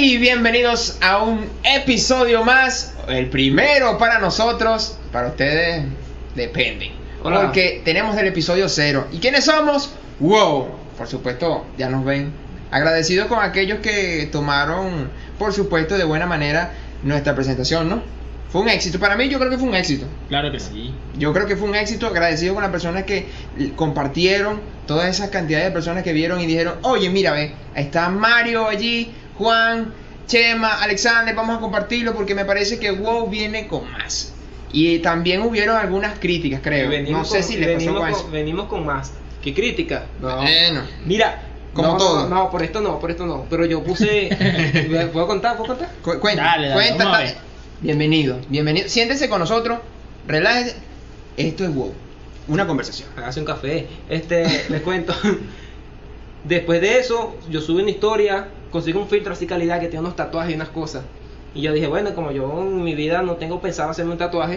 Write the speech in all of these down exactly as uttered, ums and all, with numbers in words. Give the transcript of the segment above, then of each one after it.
Y bienvenidos a un episodio más, el primero para nosotros, para ustedes depende. Hola. Porque tenemos el episodio cero. ¿Y quiénes somos? ¡Wow! Por supuesto, ya nos ven. Agradecidos con aquellos que tomaron, por supuesto, de buena manera nuestra presentación, ¿no? Fue un éxito. Para mí yo creo que fue un éxito. Claro que sí. Yo creo que fue un éxito. Agradecido con las personas que compartieron, todas esas cantidades de personas que vieron y dijeron, oye, mira, ve, está Mario allí, Juan, Chema, Alexander, vamos a compartirlo porque me parece que WoW viene con más. Y también hubieron algunas críticas, creo. Venimos No sé con, si les pasó venimos con con, eso. venimos con más. ¿Qué crítica? No. Bueno, Mira, como no, todo. No, no, por esto no, por esto no. Pero yo puse. ¿Puedo contar? ¿Puedo contar? cu- cuenta, Dale, dale, cuenta. vamos a ta- ver. Bienvenido, bienvenido. Siéntese con nosotros, relájese. Esto es WoW, una conversación. Hágase un café. Este, les cuento. Después de eso, yo subí una historia, consigo un filtro así calidad que tiene unos tatuajes y unas cosas. Y yo dije, bueno, como yo en mi vida no tengo pensado hacerme un tatuaje,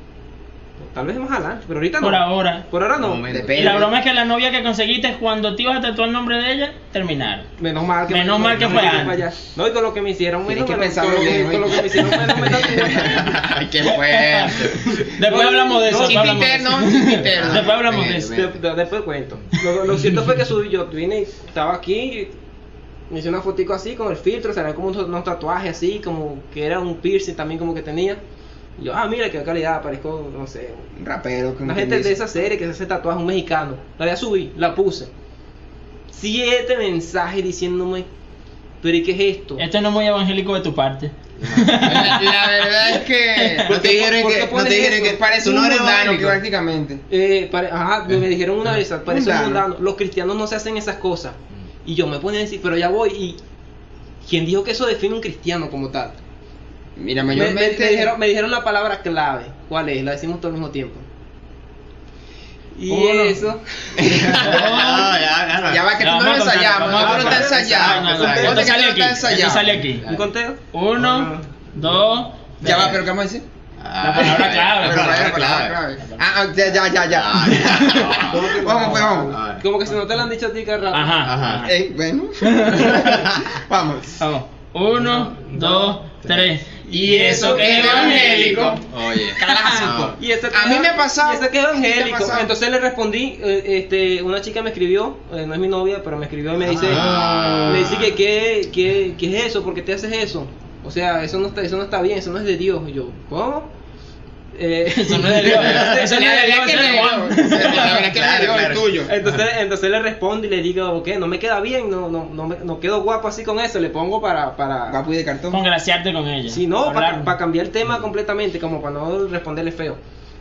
tal vez más adelante, pero ahorita no. Por ahora. Por ahora no. Momento. Y Depende. la broma es que la novia que conseguiste cuando te ibas a tatuar el nombre de ella, terminaron. Menos mal que Menos mal que no fue me fui antes. para allá. No, y con lo que me hicieron, Tienes menos que me- pensarlo con lo que- bien, con lo que me hicieron, menos me tatué. Ay, qué fuerte. Después No, hablamos de eso. no, después hablamos de chiquiterno, eso. chiquiterno. Después hablamos de Ven, eso. ven. De- de- Después cuento. Lo, lo cierto fue que subí, yo vine, y estaba aquí, me hice una fotico así con el filtro, se ve como unos, unos tatuajes así, como que era un piercing también como que tenía. Y yo, ah, mira qué calidad, parezco, no sé, Un rapero. como una quien gente de dice. esa serie que se hace tatuajes, un mexicano. La voy a subir, la puse. Siete mensajes diciéndome, pero ¿y qué es esto? Esto no es muy evangélico de tu parte. La, la verdad es que no ¿Por te qué- dijeron por qué que, no pones te dijeron eso? que parece Tú un no eres mundano evangélico. prácticamente. Eh, pare- ajá, me, me dijeron una vez, parece Mundano. mundano. Los cristianos no se hacen esas cosas. Y yo me ponía a decir, pero ya voy. ¿Y quién dijo que eso define un cristiano como tal? Mira, Me, me- mayormente me dijeron, me dijeron la palabra clave. ¿Cuál es? La decimos todo al mismo tiempo. Y Uno. eso. No, ya, ya, no. ya va que Ya, tú no vamos lo a contar, ensayamos, vamos a tú no contar. estás ensayado. No, no, no, Ponte esto que tú sale no aquí. estás Esto ensayado. sale aquí. ¿Un conteo? Uno, dos, Ya va, tres. pero ¿qué vamos a decir? Ah, La palabra clave. Pero la vaya, palabra palabra clave. clave. Ah, ah, ya, ya, ya, ya. Ah, ¿Cómo que- Vamos, pues, vamos. Ah. Como que si no te lo han dicho a ti cada rato. Ajá. Ajá. Eh, bueno. Vamos. Vamos. Uno, dos, tres. Y eso que es evangélico. Oye. Clásico. Y eso que A mí es- me ha pasado. Y eso que es ¿Qué te ha evangélico. pasado? Entonces le respondí, eh, este, una chica me escribió, eh, no es mi novia, pero me escribió y me dice, Ah. me dice que qué qué qué es eso, ¿por qué te haces eso? O sea, eso no está, eso no está bien, eso no es de Dios. Y yo, ¿cómo? Eh, Eso no es de Dios. Eso no La es de verdad Dios, que eso es de no. Juan. La verdad que Claro, no es claro. tuyo. entonces, entonces le respondo y le digo, ¿qué? No me queda bien, no, no, no, me- no quedo guapo así con eso, le pongo para, para, Guapo y de cartón. Congraciarte con ella. si no, para, Hablar. para cambiar el tema completamente, como para no responderle feo.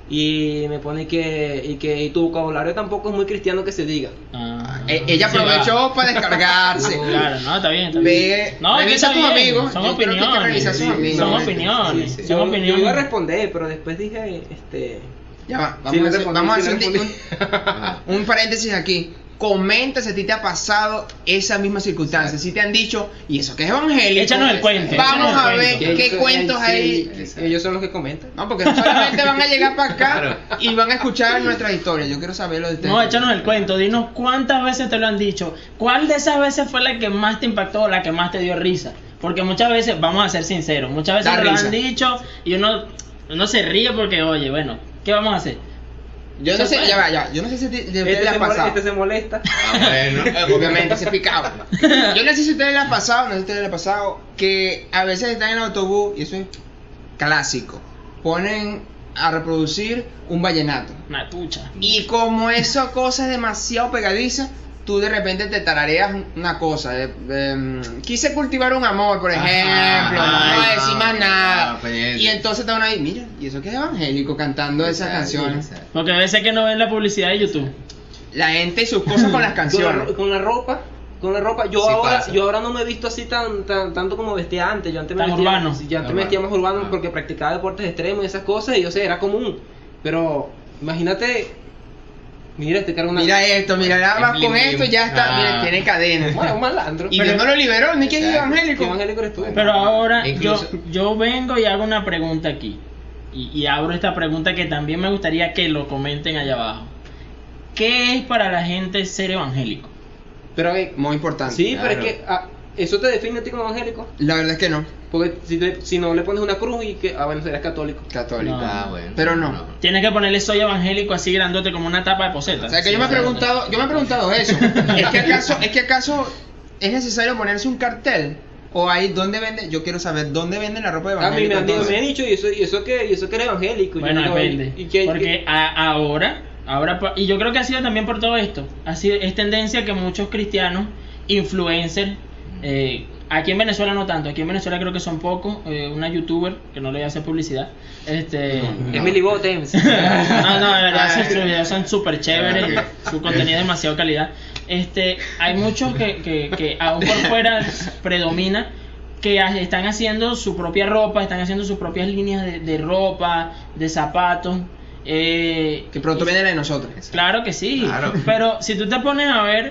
Y me pone que, y que y tu vocabulario tampoco es muy cristiano que se diga. Ah. Eh, ella Sí, aprovechó para descargarse. Claro, no, está bien, está bien. Ve, No, es que revisa está tus bien. amigos. Son Yo creo que hay que opiniones. revisar sus Sí, amigos. son ¿no? opiniones. Sí, sí. Son Yo, opiniones. yo iba a responder, pero después dije, este... Ya va, Sí, vamos le a hacer, respondí, vamos a sí, hacer le un, respondí. un- un paréntesis aquí. Comenta si a ti te ha pasado esa misma circunstancia. Si te han dicho, y eso que es evangélico. Échanos el cuento, Vamos échanos a el ver cuento. qué Ellos- cuentos sí, hay. Ellos son los que comentan. No, porque no solamente van a llegar para acá Claro. y van a escuchar nuestras historias. Yo quiero saberlo de ustedes. No, échanos el cuento, dinos cuántas veces te lo han dicho. ¿Cuál de esas veces fue la que más te impactó o la que más te dio risa? Porque muchas veces, vamos a ser sinceros, muchas veces Da nos lo risa. han dicho y uno, uno se ríe porque, oye, bueno, ¿qué vamos a hacer? Yo no sé, Eso ya fue. va, ya. Yo no sé si a ti- de ustedes Este les se, ha mole- pasado. este se molesta. Ah, bueno. Eh, Obviamente, se picado. Yo no sé si a ustedes les ha pasado, no sé si a ustedes les ha pasado, que a veces están en el autobús, y eso es clásico, ponen a reproducir un vallenato. Una tucha. Y como esa cosa es demasiado pegadiza, tú de repente te tarareas una cosa. eh, em, quise cultivar un amor, por Ajá, ejemplo, no ay, voy a decir más no, nada. no, pues, Y entonces te van ahí, mira, y eso que es evangélico cantando esas canciones. Porque a veces que no ven la publicidad de YouTube. La gente y sus cosas con las Con canciones. la, con la ropa, con la ropa. Yo Sí ahora, pasa. yo ahora no me he visto así tan, tan tanto como vestía antes. Yo antes me Tan vestía, urbano. sí, yo antes me Urbano. vestía más urbano Ah. porque practicaba deportes extremos y esas cosas y yo sé, era común. Pero imagínate, mira, te cargo una Mira esto, mira, nada más Blim, con blim. esto ya está, Ah. mira, tiene cadena. Bueno, un malandro. Y Pero- Dios no lo liberó, ni que es Exacto. ¿Qué evangélico. evangélico eres tú? Pero ahora Incluso- yo, yo vengo y hago una pregunta aquí. Y, y abro esta pregunta que también me gustaría que lo comenten allá abajo. ¿Qué es para la gente ser evangélico? Pero a ver, Muy importante. sí, pero Claro. es que ah, ¿Eso te define a ti como evangélico? La verdad es que no. Porque si, te- si no le pones una cruz y que, ah, bueno, serás católico. Católico. No. Ah, bueno. Pero no. Tienes que ponerle soy evangélico así grandote como una tapa de poseta. O sea que yo me he preguntado, yo me he preguntado eso. ¿Es que acaso, es que acaso es necesario ponerse un cartel? O ahí dónde vende, yo quiero saber dónde venden la ropa de A mí me evangélico. han, dicho- entonces? me han dicho, ¿y eso, y eso que, y eso que eres evangélico? Y yo Bueno, digo, depende. ¿y qué- Porque qué- a- ahora, ahora, pa- y yo creo que ha sido también por todo esto. Ha sido, es tendencia que muchos cristianos, influencers, eh, aquí en Venezuela no tanto, aquí en Venezuela creo que son pocos, eh, una youtuber, que no le voy a hacer publicidad, este... Emily Bottoms. no, no, de verdad, Ah, sus videos son súper chéveres, su contenido es demasiado calidad. Este, hay muchos que, que, que aún por fuera predomina, que ha- están haciendo su propia ropa, están haciendo sus propias líneas de, de ropa, de zapatos. Eh, Que pronto y- viene la de nosotros. Claro que sí, Claro. pero si tú te pones a ver,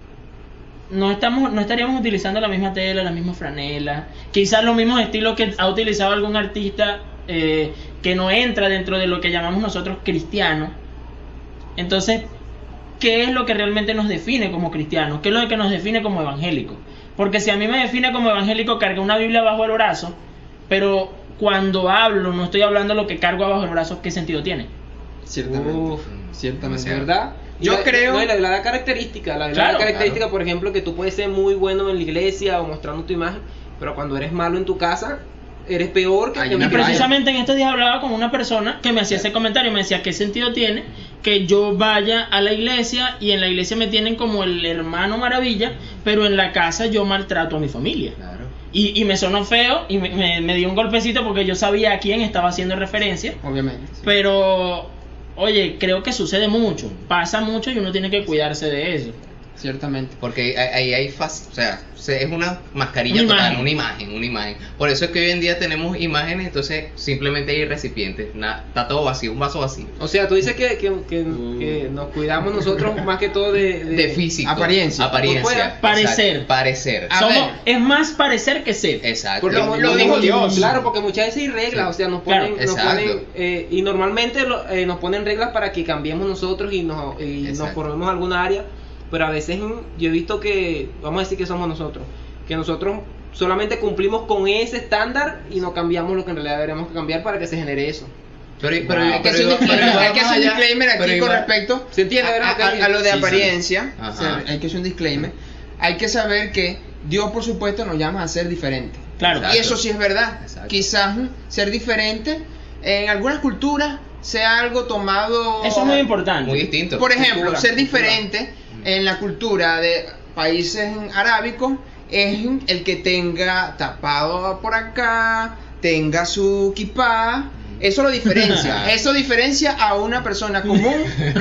no estamos, no estaríamos utilizando la misma tela, la misma franela, quizás los mismos estilos que ha utilizado algún artista eh, que no entra dentro de lo que llamamos nosotros cristianos. Entonces, ¿qué es lo que realmente nos define como cristianos? ¿Qué es lo que nos define como evangélicos? Porque si a mí me define como evangélico cargar una Biblia bajo el brazo, pero cuando hablo no estoy hablando lo que cargo abajo el brazo, ¿qué sentido tiene? Ciertamente. Uf, Ciertamente. ¿verdad? Y Yo la- creo- No, y la, la, la característica, la, la Claro, característica, claro. por ejemplo, que tú puedes ser muy bueno en la iglesia o mostrando tu imagen, pero cuando eres malo en tu casa, eres peor que Hay que una Y que vaya. precisamente en estos días hablaba con una persona que me hacía ese comentario, me decía, ¿qué sentido tiene que yo vaya a la iglesia y en la iglesia me tienen como el hermano maravilla, pero en la casa yo maltrato a mi familia? Claro. Y, y me sonó feo y me, me- me dio un golpecito porque yo sabía a quién estaba haciendo referencia, Obviamente. sí. pero, oye, creo que sucede mucho, pasa mucho y uno tiene que cuidarse de eso. Ciertamente. Porque ahí hay fácil, o sea, se- es una mascarilla Una total, imagen. una imagen, una imagen. Por eso es que hoy en día tenemos imágenes, entonces simplemente hay recipientes, na- está todo vacío, un vaso vacío. O sea, tú dices que, que, que, que nos cuidamos nosotros más que todo de... de- De físico. Apariencia. Apariencia. Por fuera. exacto, Parecer. Parecer. A Somos, ver. es más parecer que ser. Exacto. Porque Lo- mu- lo mu- dijo mu- Dios. Claro, porque muchas veces hay reglas, Sí. o sea, nos Claro, ponen, nos exacto. ponen eh, y normalmente lo- eh, nos ponen reglas para que cambiemos nosotros y nos, y nos Exacto. formemos alguna área, pero a veces mm, yo he visto que, vamos a decir que somos nosotros, que nosotros solamente cumplimos con ese estándar y no cambiamos lo que en realidad deberíamos cambiar para que se genere eso. Pero, pero, Wow. Hay que pero hacer un igual- disclaimer, pero igual hay que más hacer un allá- disclaimer aquí pero con igual- respecto ¿Se entiende, a, verdad, a- que- a lo de sí, sí. apariencia. Ajá. O sea, hay que hacer un disclaimer. Hay que saber que Dios, por supuesto, nos llama a ser diferentes. Claro. Exacto. Y eso sí es verdad. Exacto. Quizás mm, ser diferente en algunas culturas sea algo tomado. Eso es muy importante. Muy distinto. Por ejemplo, Cultura, ser cultura. diferente en la cultura de países arábicos es el que tenga tapado por acá, tenga su kipá. Eso lo diferencia. Eso diferencia a una persona común.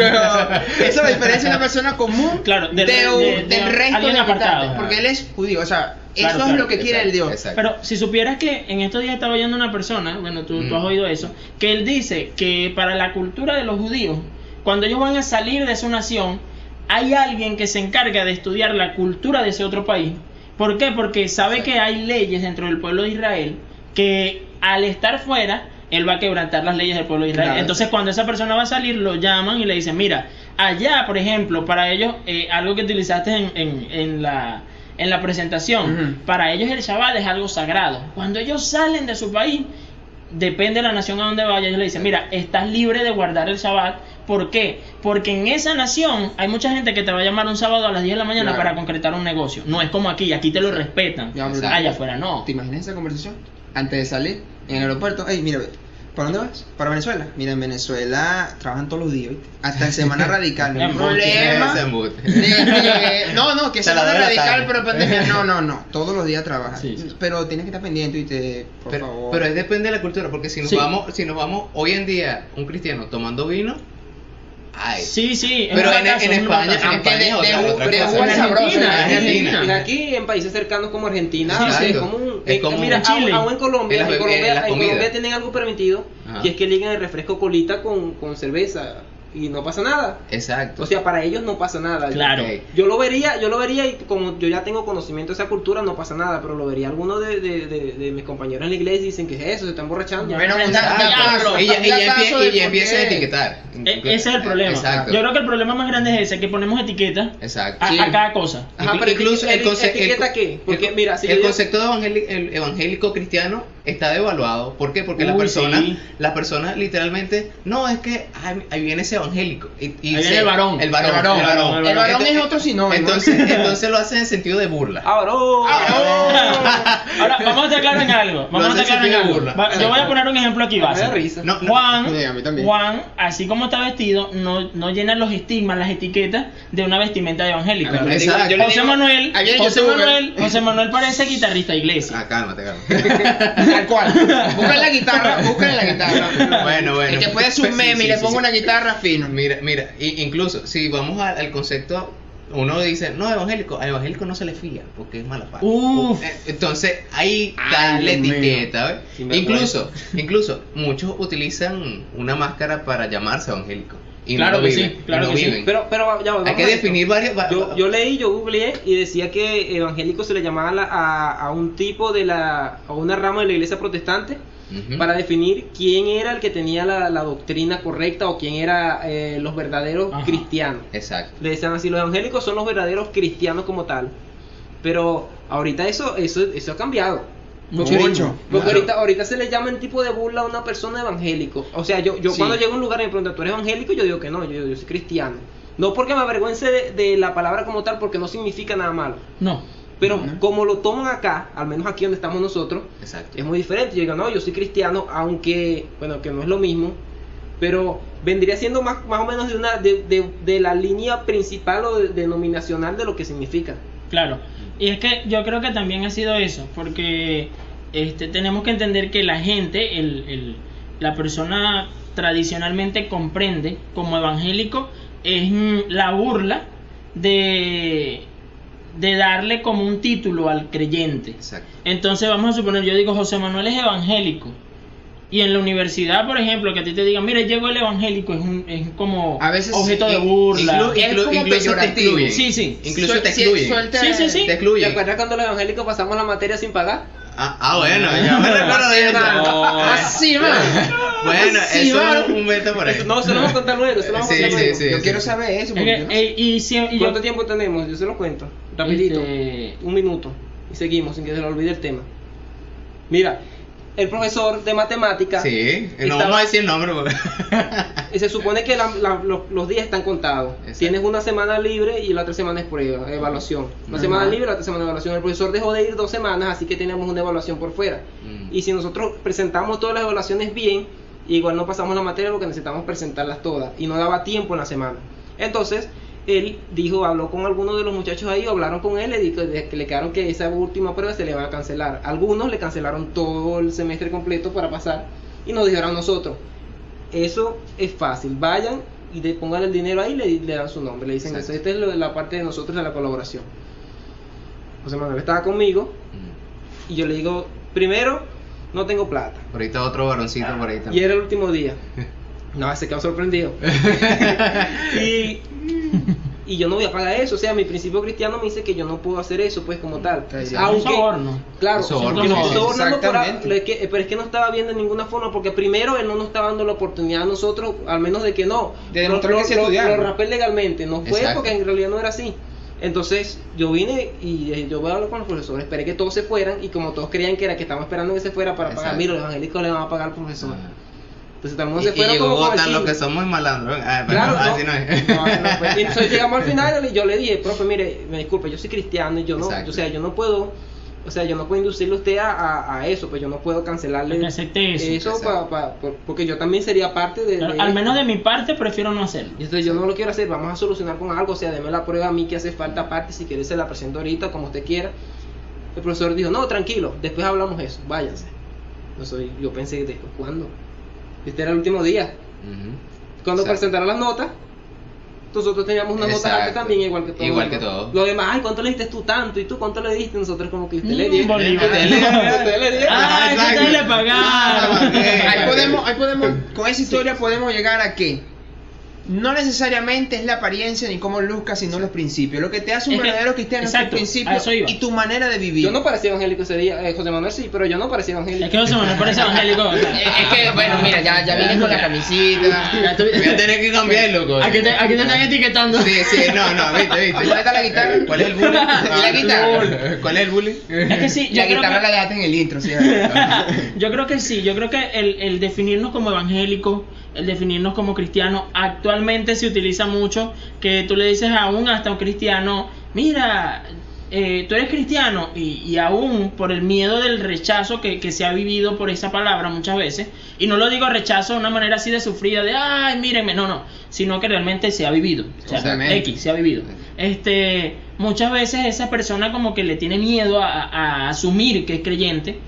Eso lo diferencia a una persona común Claro, del de re- un- de- del de resto alguien de apartado. habitantes. Porque él es judío. O sea, eso Claro, es claro. lo que quiere el Dios. Exacto. Pero si supieras que en estos días estaba oyendo una persona, bueno, tú, tú has Mm. oído eso, que él dice que para la cultura de los judíos, cuando ellos van a salir de su nación, hay alguien que se encarga de estudiar la cultura de ese otro país. ¿Por qué? Porque sabe que hay leyes dentro del pueblo de Israel que al estar fuera, él va a quebrantar las leyes del pueblo de Israel. Claro. Entonces cuando esa persona va a salir, lo llaman y le dicen, mira, allá, por ejemplo, para ellos, eh, algo que utilizaste en, en, en la... en la presentación, Ujú. para ellos el Shabbat es algo sagrado. Cuando ellos salen de su país, depende de la nación a donde vaya, ellos le dicen, mira, estás libre de guardar el Shabbat. ¿Por qué? Porque en esa nación hay mucha gente que te va a llamar un sábado a las diez de la mañana Claro. para concretar un negocio. No es como aquí, aquí te lo respetan. Ya, brutal. Allá afuera no. ¿Te imaginas esa conversación? Antes de salir en el aeropuerto. Ey, mira, ve, ¿para dónde vas? Para Venezuela. Mira, en Venezuela trabajan todos los días, ¿viste? Hasta en Semana Radical. No hay Embuste. problema. Ese embuste. De que- no, no, que Se la Semana doy a la Radical, tarde. pero pandemia. No, no, no. Todos los días trabajan. Sí, sí. Pero tienes que estar pendiente y te, por pero, favor. pero es depende de la cultura, porque si nos Sí. vamos, si nos vamos hoy en día un cristiano tomando vino, ay. Sí, sí. es Pero un en- batazo, en es un España- batazo. en Aunque de, España de, es otra- de, otra de cosa. uva En sabrosa. Argentina, en en Argentina. Y aquí en países cercanos como Argentina, Sí, o sea, es exacto. común. Es Eh, común. Mira, Chile. aún, aún en Colombia, En las en be- Colombia, en las en comidas. Colombia tienen algo permitido, Ajá. y es que liguen el refresco colita con, con cerveza. y no pasa nada. Exacto. O sea, para ellos no pasa nada. Claro. Ok. Yo lo vería, yo lo vería y como yo ya tengo conocimiento de esa cultura, no pasa nada, pero lo vería alguno de, de, de, de mis compañeros en la iglesia y dicen que es eso, se están emborrachando. Ya. Bueno, un Exacto. da- da paso, y ya, y da ya paso empie- de y ya por empieza a qué. etiquetar. E- ese es el problema. Exacto. Yo creo que el problema más grande es ese, que ponemos etiqueta Exacto. a, Sí. a cada cosa. Ajá, Inclu- pero incluso eti- el, conce- ¿etiqueta el- qué? Porque el- mira, si el yo- concepto de evangélico, el evangélico cristiano está devaluado. ¿Por qué? Porque la Uy, persona, sí. la persona literalmente, no, es que ay, ahí viene ese evangélico. Y, y Ahí se- viene el varón. El varón. El varón, el varón. el varón Entonces- es otro sinónimo. Entonces, entonces lo hace en sentido de burla. Ahora, Ahora, vamos a estar claros en algo. Vamos a hace estar claros en sentido de algo. burla. Va- yo voy a poner un ejemplo aquí me da básico. risa. No, no, Juan, Sí, a mí también. Juan, así como está vestido, no, no llena los estigmas, las etiquetas de una vestimenta de evangélico. A ver, Exacto. yo le José digo- Manuel, ayer en José YouTube, Manuel, José Manuel parece guitarrista de iglesia. Ah, cálmate, cálmate. Tal cual. Buscan la guitarra, buscan la guitarra. Bueno, bueno. El que puede hacer un Sí, meme sí, y le sí, ponga sí. una guitarra fino. Mira, mira, i- incluso si vamos a- al concepto, uno dice, no, evangélico, a evangélico no se le fía porque es mala parte. Uf. Eh, Entonces, ahí está Ay, la Dios mío. etiqueta, ¿ves? Sinvergüenza. Incluso, incluso, muchos utilizan una máscara para llamarse evangélico. Y Claro no que viven, sí, y claro no que sí. viven. Pero, pero ya, vamos Hay que a esto. definir varios... va- Yo, va- yo leí, yo googleé y decía que evangélico se le llamaba a, la- a, a un tipo de la, a una rama de la iglesia protestante Ujú. para definir quién era el que tenía la, la doctrina correcta o quién era eh, los verdaderos Ajá. cristianos. Exacto. Le decían así, los evangélicos son los verdaderos cristianos como tal. Pero ahorita eso, eso, eso ha cambiado. Porque, Mucho. ahorita- porque Claro. ahorita, ahorita se le llama en tipo de burla a una persona evangélico. O sea, yo, yo Sí. cuando llego a un lugar y me preguntan, ¿tú eres evangélico? Yo digo que no, yo, yo soy cristiano. No porque me avergüence de, de la palabra como tal, porque no significa nada malo. No. Pero Ujú. como lo toman acá, al menos aquí donde estamos nosotros, Exacto. es muy diferente. Yo digo, no, yo soy cristiano, aunque, bueno, que no es lo mismo, pero vendría siendo más, más o menos de, una, de, de, de la línea principal o de- denominacional de lo que significa. Claro, y es que yo creo que también ha sido eso, porque este, tenemos que entender que la gente, el, el- la persona tradicionalmente comprende como evangélico es mm, la burla de, de darle como un título al creyente. Exacto. Entonces vamos a suponer, yo digo José Manuel es evangélico. Y en la universidad, por ejemplo, que a ti te digan, mire, llegó el evangélico, es, un, es como A veces objeto de in- burla. Inclu- Es inclu- como incluso te peyorativo. excluyen. Sí, sí. Incluso Suel- te si- excluyen. suelta- Sí, sí, sí. Te ¿Te excluyen. acuerdas cuando los evangélicos pasamos la materia sin pagar? Ah, ah, bueno, ya me recuerdo de eso. No. Así, man. Bueno, Así, eso man. es un meta por ahí. Eso- no, se lo vamos a contar luego, se lo vamos a Sí, contar sí, luego. sí. Yo quiero saber eso. Es porque que, yo no- eh, y si- y yo- ¿Cuánto tiempo tenemos? Yo se lo cuento. Rapidito. Este, Un minuto. Y seguimos sin que se nos olvide el tema. Mira, el profesor de matemáticas... Sí, no Estaba- vamos a decir el nombre porque... Y se supone que la- la- los, los días están contados. Exacto. Tienes una semana libre y la otra semana es prueba, evaluación. Una Ajá. semana libre y la otra semana de evaluación. El profesor dejó de ir dos semanas, así que teníamos una evaluación por fuera. Mm. Y si nosotros presentamos todas las evaluaciones bien, igual no pasamos la materia porque necesitamos presentarlas todas. Y no daba tiempo en la semana. Entonces, él dijo, habló con algunos de los muchachos ahí, hablaron con él, le dijo que le quedaron que esa última prueba se le va a cancelar. Algunos le cancelaron todo el semestre completo para pasar y nos dijeron a nosotros, eso es fácil, vayan y de, pongan el dinero ahí y le, le dan su nombre, le dicen Exacto. eso, esta es lo de la parte de nosotros de la colaboración. José Manuel estaba conmigo Mm. y yo le digo, primero, no tengo plata. Ahorita otro varoncito por ahí Y también. era el último día. No, se quedó sorprendido. y, y yo no voy a pagar eso. O sea, mi principio cristiano me dice que yo no puedo hacer eso, pues, como tal. Sí, un soborno. Claro, Soborno, que nos sí, está sí, sobornando por a- exactamente. lo es que- pero es que no estaba viendo en ninguna forma, porque primero él no nos estaba dando la oportunidad a nosotros, al menos de que no. De Lo- demostrar lo, que sí lo- estudiaron. lo rapé legalmente, no fue Exacto. porque en realidad no era así. Entonces yo vine y eh, yo voy a hablar con los profesores, esperé que todos se fueran y como todos creían que era que estábamos esperando que se fuera para pagar, Exacto. mira, los evangélicos le van a pagar al profesor. Ah. Entonces todo el mundo Y, se y fueron llegó como con el Gotan lo timbre. que somos malandros. Ah, pero Claro, no, no. así no es. No, no, pues, y entonces llegamos al final y yo le dije, profe, mire, me disculpe, yo soy cristiano y yo no, Exacto. o sea, yo no puedo, o sea, yo no puedo inducirle a usted a, a, a eso, pues yo no puedo cancelarle Que acepte eso. pa- pa- por- porque yo también sería parte de, de Al menos de mi parte prefiero no hacerlo. y entonces yo no lo quiero hacer, vamos a solucionar con algo, o sea, deme la prueba a mí que hace falta aparte, si quiere se la presento ahorita, como usted quiera. El profesor dijo, no, tranquilo, después hablamos eso, váyanse. No soy, yo pensé, ¿después cuándo? Este era el último día. Ujú. Cuando Exacto. presentaron las notas, nosotros teníamos una nota alta Exacto. también, igual que todos. Igual los que demás. todos. Los demás, ay, ¿cuánto le diste tú tanto? ¿Y tú cuánto le diste? Nosotros como que usted le Mm, dio. Bolívar. Usted le dio. Usted le dio. Ah, es que ustedes le pagaron. Ah, ok. Ahí podemos, ahí podemos, con esa historia podemos llegar a qué? no necesariamente es la apariencia ni cómo luzca, sino los principios. Lo que te hace un Es que- verdadero cristiano es exacto, tu a principio eso iba. y tu manera de vivir. Yo no parecía evangélico ese día, eh, José Manuel sí, pero yo no parecía evangélico. Es que José Manuel parece evangélico. o sea, Es es que, bueno, mira, ya, ya vine con la camisita. Ya tú- Voy a tener que cambiar, loco. Aquí te, aquí te están etiquetando. Sí, sí, no, no, viste, viste. ¿Dónde está la guitarra? ¿Cuál es el bullying? ¿Y la guitarra? ¿Cuál es el bullying? Es que sí, yo La creo guitarra que- la dejaste en el intro, sí. Yo creo que sí, yo creo que el, el definirnos como evangélicos, el definirnos como cristianos, actualmente se utiliza mucho que tú le dices aún hasta un cristiano, mira, eh, tú eres cristiano y, y aún por el miedo del rechazo que, que se ha vivido por esa palabra muchas veces, y no lo digo rechazo de una manera así de sufrida, de ay, mírenme, no, no, sino que realmente se ha vivido, o sea, Exactamente. X, se ha vivido. Este, muchas veces esa persona como que le tiene miedo a, a asumir que es creyente.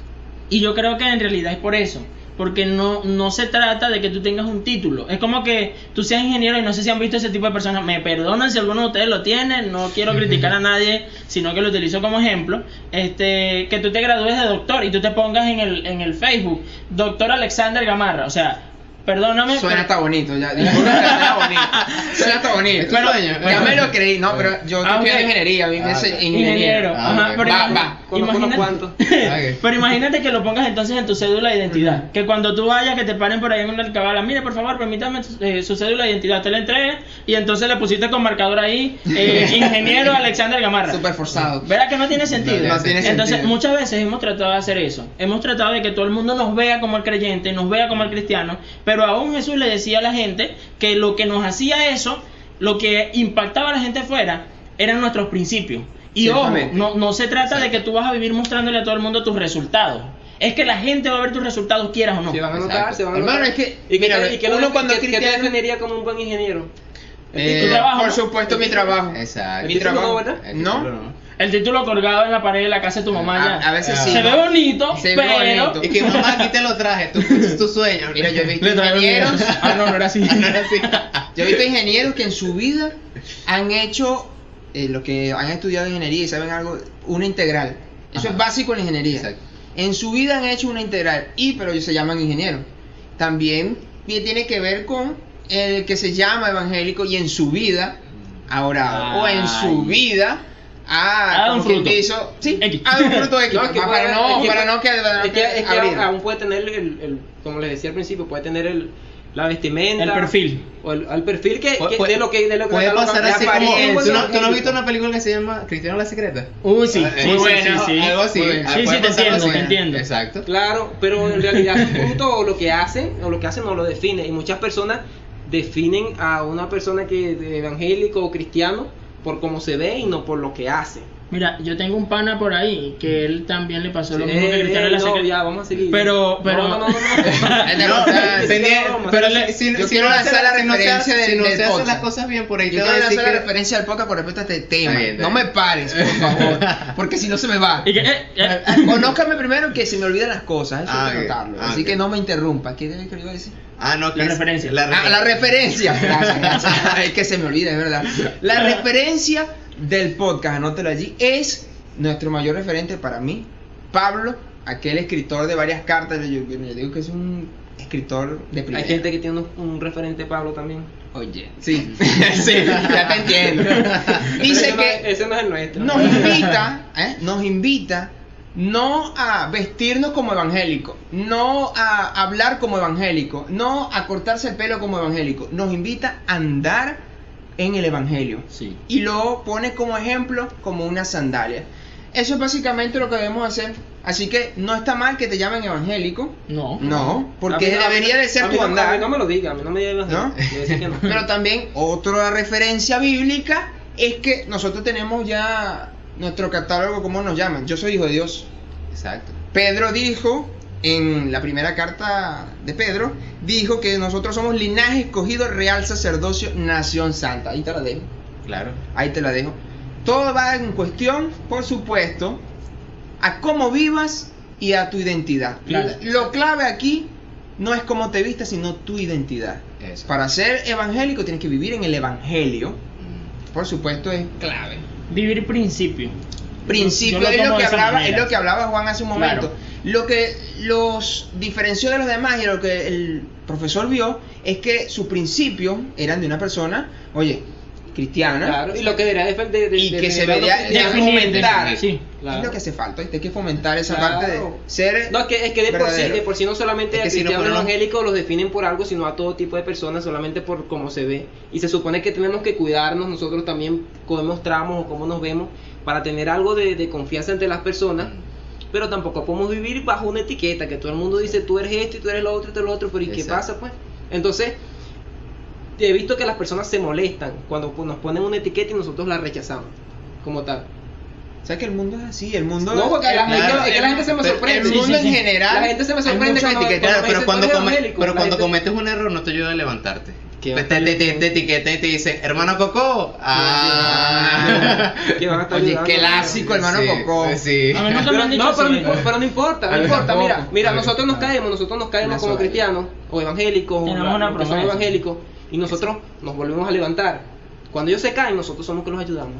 Y yo creo que en realidad es por eso, porque no, no se trata de que tú tengas un título. Es como que tú seas ingeniero y no sé si han visto ese tipo de personas. Me perdonan si alguno de ustedes lo tiene, no quiero criticar a nadie, sino que lo utilizo como ejemplo. Este, que tú te gradúes de doctor y tú te pongas en el, en el Facebook, doctor Alexander Gamarra, o sea, perdóname. Suena pero- hasta bonito, ya. Disculpa, suena bonito. Suena hasta bonito. Es tu sueño. Ya me lo creí, no, pero yo Ah, estoy ok. en ingeniería, a mí me Ah, dice ok. ingeniero. Ingeniero, Ah, ajá, ok. pero Va, imagi- va. Conozco unos imagínate- cuantos. Ok. Pero imagínate que lo pongas entonces en tu cédula de identidad. Que cuando tú vayas, que te paren por ahí en una alcabala, mire por favor, permítame eh, su cédula de identidad, te la entregues y entonces le pusiste con marcador ahí, eh, ingeniero Alexander Gamarra. Súper forzado. ¿Verdad que no tiene sentido? No, no tiene Entonces, sentido. muchas veces hemos tratado de hacer eso. Hemos tratado de que todo el mundo nos vea como el creyente, nos vea como el cristiano, pero aún Jesús le decía a la gente que lo que nos hacía eso, lo que impactaba a la gente afuera, eran nuestros principios. Y ojo, Ciertamente. no, no se trata de que tú vas a vivir mostrándole a todo el mundo tus resultados. Es que la gente va a ver tus resultados, quieras o no. Se van a notar, Exacto. se van a notar. Hermano, es que, ¿Y qué mira, te- y qué uno lo- cuando qué- es qué te cristiano- definiría como un buen ingeniero? Eh, ¿Tu trabajo, por no? supuesto, mi trabajo. Exacto. Mi ¿El título trabajo. no, verdad? El ¿No? título no. El título colgado en la pared de la casa de tu mamá A, ya. a veces sí. Se ve bonito, Se ve pero... bonito. Y que mamá, aquí te lo traje, tu, tu, tu sueño. Mira, yo he visto Le traigo ingenieros. miedo. Ah, no, no era así. Ah, no era así. Yo he visto ingenieros que en su vida han hecho eh, lo que han estudiado ingeniería y saben algo, una integral. Eso Ajá. es básico en la ingeniería. Exacto. En su vida han hecho una integral y pero ellos se llaman ingenieros. También tiene que ver con el que se llama evangélico y en su vida ha orado o en su Ay. vida ha Ha dado un como quien fruto. hizo, sí, X. ha dado un fruto X, No, es que para, puede- no, es que para puede- no que, es que, es que abrir. aún puede tener el, el- como les decía al principio, puede tener el, la vestimenta, El perfil. o el, el perfil que, Pu- que- puede- de lo que de lo que Puede catalogan, pasar la así como. apariencia ¿Tú no, tú no has evangélico. visto una película que se llama Cristiano la Secreta? Uy, sí, Eh, sí, muy sí, buena, sí, sí. algo así. Muy bien. Ah, Sí, puede sí, te pasar entiendo, así. te entiendo. Exacto. Claro, pero en realidad su fruto o lo que hacen, o lo que hacen no lo define. Y muchas personas definen a una persona que es evangélico o cristiano por cómo se ve y no por lo que hace. Mira, yo tengo un pana por ahí que él también le pasó lo Sí, mismo que eh, Cristiano eh, la no, Secreta. ya, vamos a seguir. Pero, pero... No, no, no, no, no. No, tenía- broma. pero le- si, yo si quiero no lanzar hace- la si no se referencia hace- del- si no del se hacen podcast. las cosas bien por ahí, Yo te quiero voy a lanzar decir la que- referencia al podcast con respecto a este tema. Está bien, está No bien. me pares, por favor, porque si no se me va. Y que, eh, eh, Conózcame primero que se me olvidan las cosas, eso Ah, hay que ok. notarlo. Ah, Así ok. que no me interrumpa. ¿Qué debe que le iba a decir? Ah, no, que La es- referencia. La, Ah, la referencia. Gracias, gracias. Es que se me olvida, es verdad. La Ah. referencia del podcast, anótelo allí, es nuestro mayor referente para mí, Pablo, aquel escritor de varias cartas. Yo, yo- yo digo que es un escritor de primera. Hay gente que tiene un, un referente Pablo también. Oye, sí, sí, ya te entiendo. Dice Ese no es- que ese no es el nuestro. nos invita, ¿eh? nos invita no a vestirnos como evangélicos, no a hablar como evangélicos, no a cortarse el pelo como evangélicos, nos invita a andar en el evangelio. Sí. Y lo pone como ejemplo como una sandalia. Eso es básicamente lo que debemos hacer. Así que no está mal que te llamen evangélico. No. No, porque A mí no- a mí debería no- de ser a mí tu no- andar. A mí no me lo diga, a mí no me diga ¿No? evangélico. Yo voy a decir que no. Pero también otra referencia bíblica es que nosotros tenemos ya nuestro catálogo, como nos llaman. Yo soy hijo de Dios. Exacto. Pedro dijo, en la primera carta de Pedro, dijo que nosotros somos linaje escogido, real sacerdocio, nación santa. Ahí te la dejo. Claro. Ahí te la dejo. Todo va en cuestión, por supuesto, a cómo vivas y a tu identidad. Claro. Lo clave aquí no es cómo te vistas, sino tu identidad. Eso. Para ser evangélico tienes que vivir en el evangelio. Mm. Por supuesto, es clave. Vivir principio. principio, Yo lo es tomo lo de que esa hablaba, manera. es lo que hablaba Juan hace un momento. Claro. Lo que los diferenció de los demás y lo que el profesor vio es que sus principios eran de una persona, oye, cristiana. Claro, y lo que debería de, de, de, Y de- que de- se de- debería de- de de- fomentar. Sí. Claro. Es lo que hace falta, ¿viste? Hay que fomentar esa Claro. parte de ser. No, es que, es que de, por sí, verdadero. de por sí no solamente Es a que si no cristianos ponemos- evangélicos los definen por algo, sino a todo tipo de personas solamente por cómo se ve. Y se supone que tenemos que cuidarnos nosotros también, cómo mostramos o cómo nos vemos, para tener algo de, de confianza entre las personas. Pero tampoco podemos vivir bajo una etiqueta, que todo el mundo dice tú eres esto y tú eres lo otro y tú eres lo otro, pero ¿y qué Exacto. pasa pues? Entonces, he visto que las personas se molestan cuando pues, nos ponen una etiqueta y nosotros la rechazamos, como tal. O sea que el mundo es así, el mundo. No, porque la- el- es que- claro, es que la gente se me pero sorprende. El Sí, mundo sí, en sí. general. La gente se me hay sorprende muchas cuando- etiquetas. Claro, me pero dicen, cuando, "Tú eres come- evangélico", pero la cuando gente- cometes un error no te ayuda a levantarte. ¿Qué Te, va a te, estar te, te, ayudando? te etiqueta y te dice, hermano Coco. Ah. Que van a estar Oye, ayudando. qué clásico, hermano Sí, Coco. Sí. A mí nunca me Pero, han dicho no, pero, no así. importa, pero no importa, no A mí importa. tampoco. Mira, mira, A mí nosotros nos tampoco. caemos, nosotros nos caemos Una como sola. cristianos o evangélicos, o Tenemos la- una los que son promesa. evangélicos, y nosotros nos volvemos a levantar. Cuando ellos se caen, nosotros somos que los ayudamos.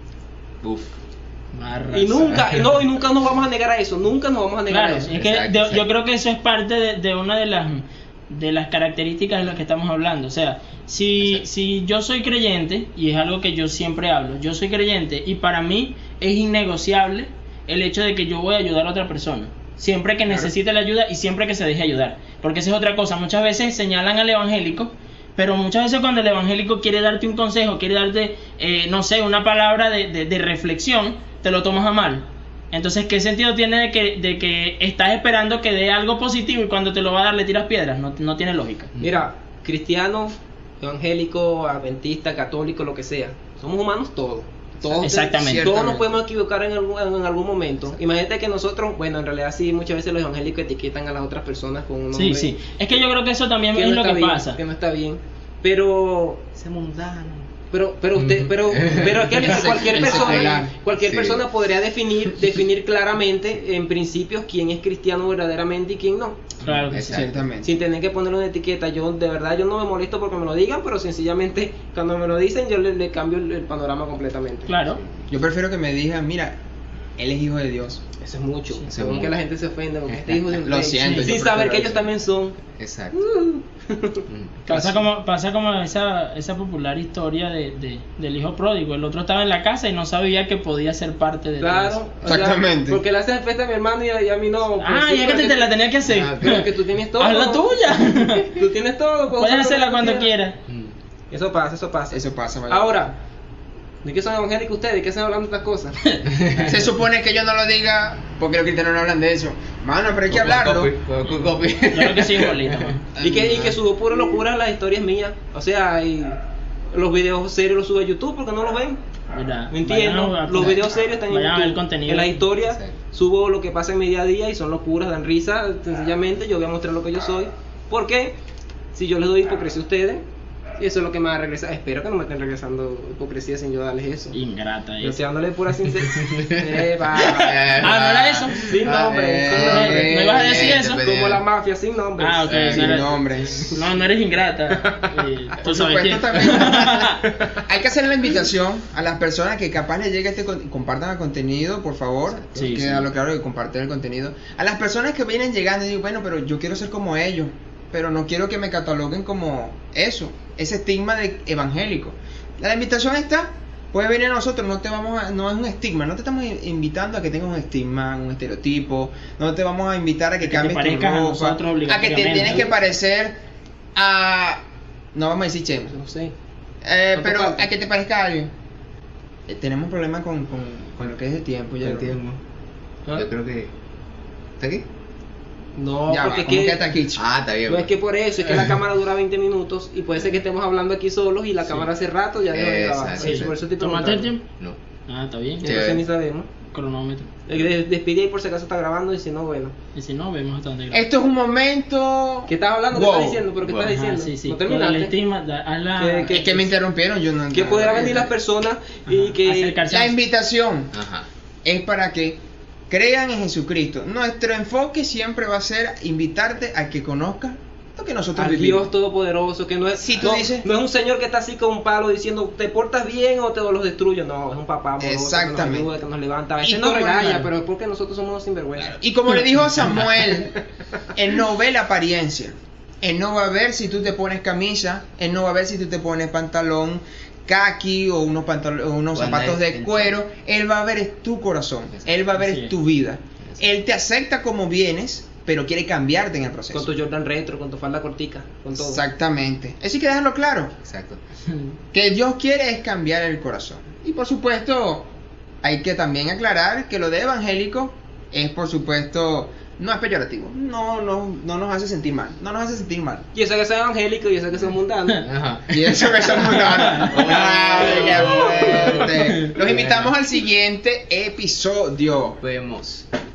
Uf. Marra. Y nunca, y no, y nunca nos vamos a negar a eso, nunca nos vamos a negar Claro, a eso. es que Exacto, de- exacto. yo creo que eso es parte de, de una de las de las características de las que estamos hablando. O sea, si, si yo soy creyente, y es algo que yo siempre hablo, yo soy creyente y para mí es innegociable el hecho de que yo voy a ayudar a otra persona. Siempre que necesite la ayuda y siempre que se deje ayudar. Porque esa es otra cosa. Muchas veces señalan al evangélico, pero muchas veces cuando el evangélico quiere darte un consejo, quiere darte, eh, no sé, una palabra de, de, de reflexión, te lo tomas a mal. Entonces, ¿qué sentido tiene de que, de que estás esperando que dé algo positivo y cuando te lo va a dar le tiras piedras? No, no tiene lógica. Mira, cristiano, evangélico, adventista, católico, lo que sea, somos humanos todos. Todos, Exactamente. todos nos podemos equivocar en algún, en algún momento. Imagínate que nosotros, bueno, en realidad sí, muchas veces los evangélicos etiquetan a las otras personas con un nombre Sí, sí. Es que yo creo que eso también que es no lo está que bien, pasa. que no está bien. Pero Ese mundano. Pero, pero usted, pero, pero es que El sec- cualquier el persona, secular. cualquier Sí. persona podría definir, definir claramente en principios quién es cristiano verdaderamente y quién no, Claro que sí. Exacto. Ciertamente. sin tener que ponerle una etiqueta. Yo de verdad yo no me molesto porque me lo digan, pero sencillamente cuando me lo dicen yo le, le cambio el, el panorama completamente. Claro. Yo prefiero que me digan, mira, él es hijo de Dios. Eso es mucho. Sí, eso es Porque mucho. la gente se ofende porque este hijo de un Lo rey, siento, sin yo saber prefiero que ellos eso. también son. Exacto. Mm. Pasa como, pasa como esa, esa popular historia de, de- del hijo pródigo. El otro estaba en la casa y no sabía que podía ser parte de todo Claro, eso. o sea, Exactamente. porque le haces fiesta a mi hermano y a, y a mí no. pues Ah, sí, ya que pero te, te la tenía que hacer. Ah, pero que tú tienes todo. Haz la tuya. Tú tienes todo. Puedes hacer hacerla lo que cuando tú quieras. Mm. Eso pasa, eso pasa. Eso pasa, Mayor. Ahora, ¿de qué son evangélicos ustedes? ¿De qué están hablando de estas cosas? Se supone que yo no lo diga porque los cristianos no hablan de eso. Mano, pero hay que hablarlo. Copy, copy, copy. Yo creo que sí, igualito. y que, y que subo pura locura las historias mías. O sea, y los videos serios los subo a YouTube porque no los ven. Mira, ¿Me entiendo? vayan a- Los videos serios están en vayan a ver YouTube. contenido. En las historias Sí. subo lo que pasa en mi día a día y son locuras, dan risa. Sencillamente yo voy a mostrar lo que yo soy. Porque si yo les doy hipocresía a ustedes, y eso es lo que me va a regresar. Espero que no me estén regresando hipocresía sin yo darles eso. Ingrata Yo eso. estoy dándole pura sinceridad. Ah, ¿no era eso? Sin nombre. Eh, sin nombre. ¿no ibas a decir eh, eso? te Como pedí- la mafia, sin nombre. Ah, ok. Eh, eso Sin era- nombres. No, no eres ingrata. Eh, tú Por sabes quién. supuesto, también. Hay que hacer la invitación a las personas que capaz les llegue este con- compartan el contenido, por favor. Sí, Queda sí. lo claro que compartir el contenido. A las personas que vienen llegando y digo, bueno, pero yo quiero ser como ellos, pero no quiero que me cataloguen como eso, ese estigma de evangélico. La invitación está, puedes venir a nosotros, no te vamos a, no es un estigma, no te estamos in- invitando a que tengas un estigma, un estereotipo, no te vamos a invitar a que, Que te cambies tu parezcas a ropa, nosotros a que te obligatoriamente. tienes que parecer a, no vamos a decir Chema, No sé. eh, ¿Cuánto pero falta? a que te parezca a alguien. Eh, tenemos problemas con, con, con lo que es el tiempo ya. El tiempo. ¿Ah? Yo creo que. ¿Está aquí? No, Ya va, porque es ¿cómo que. que hasta aquí? Ah, está bien. No es que por eso, es que la cámara dura veinte minutos y puede ser que estemos hablando aquí solos y la cámara hace rato ya dejó de grabar. Exacto. Eso, por eso estoy ¿Tomaste el preguntando. tiempo? No. Ah, está bien. Sí. Entonces ni sabemos. Cronómetro. El de- Despide ahí por si acaso está grabando y si no, bueno. Y si no, vemos hasta dónde grabamos. Esto es un momento. ¿Qué estás hablando? ¿Qué Wow. estás diciendo? ¿Pero qué Wow. estás Ajá, diciendo? sí, sí. ¿No Con el terminaste? estigma, da- haz la- Que- que- Es que me interrumpieron, yo no. Que podrán venir las personas y Ajá, que... acercarse. La invitación Ajá. es para que crean en Jesucristo. Nuestro enfoque siempre va a ser invitarte a que conozcas lo que nosotros Al vivimos. Dios todopoderoso, que no es, Si tú no, dices- no es un señor que está así con un palo diciendo te portas bien o te los destruyo, no, es un papá amoroso que nos Exactamente. ayuda, que nos levanta, a Y veces nos como regaña, hermano. pero es porque nosotros somos unos sinvergüenza. Y como le dijo Samuel, él no ve la apariencia. Él no va a ver si tú te pones camisa, él no va a ver si tú te pones pantalón khaki o unos, pantal- o unos One zapatos night de in cuero. Él va a ver es tu corazón, él va a ver Así es es. tu vida. Así Él te acepta como vienes, pero quiere cambiarte en el proceso. Con tu Jordan retro, con tu falda cortica, con todo. Exactamente. Eso hay que dejarlo claro. Exacto. Que Dios quiere es cambiar el corazón. Y por supuesto, hay que también aclarar que lo de evangélico es, por supuesto, no es peyorativo. No, no, no nos hace sentir mal. No nos hace sentir mal. Y eso que soy evangélico y eso que soy mundano. Ajá. Y eso que somos mundanos. Ay, qué fuerte. Los invitamos al siguiente episodio. Vemos.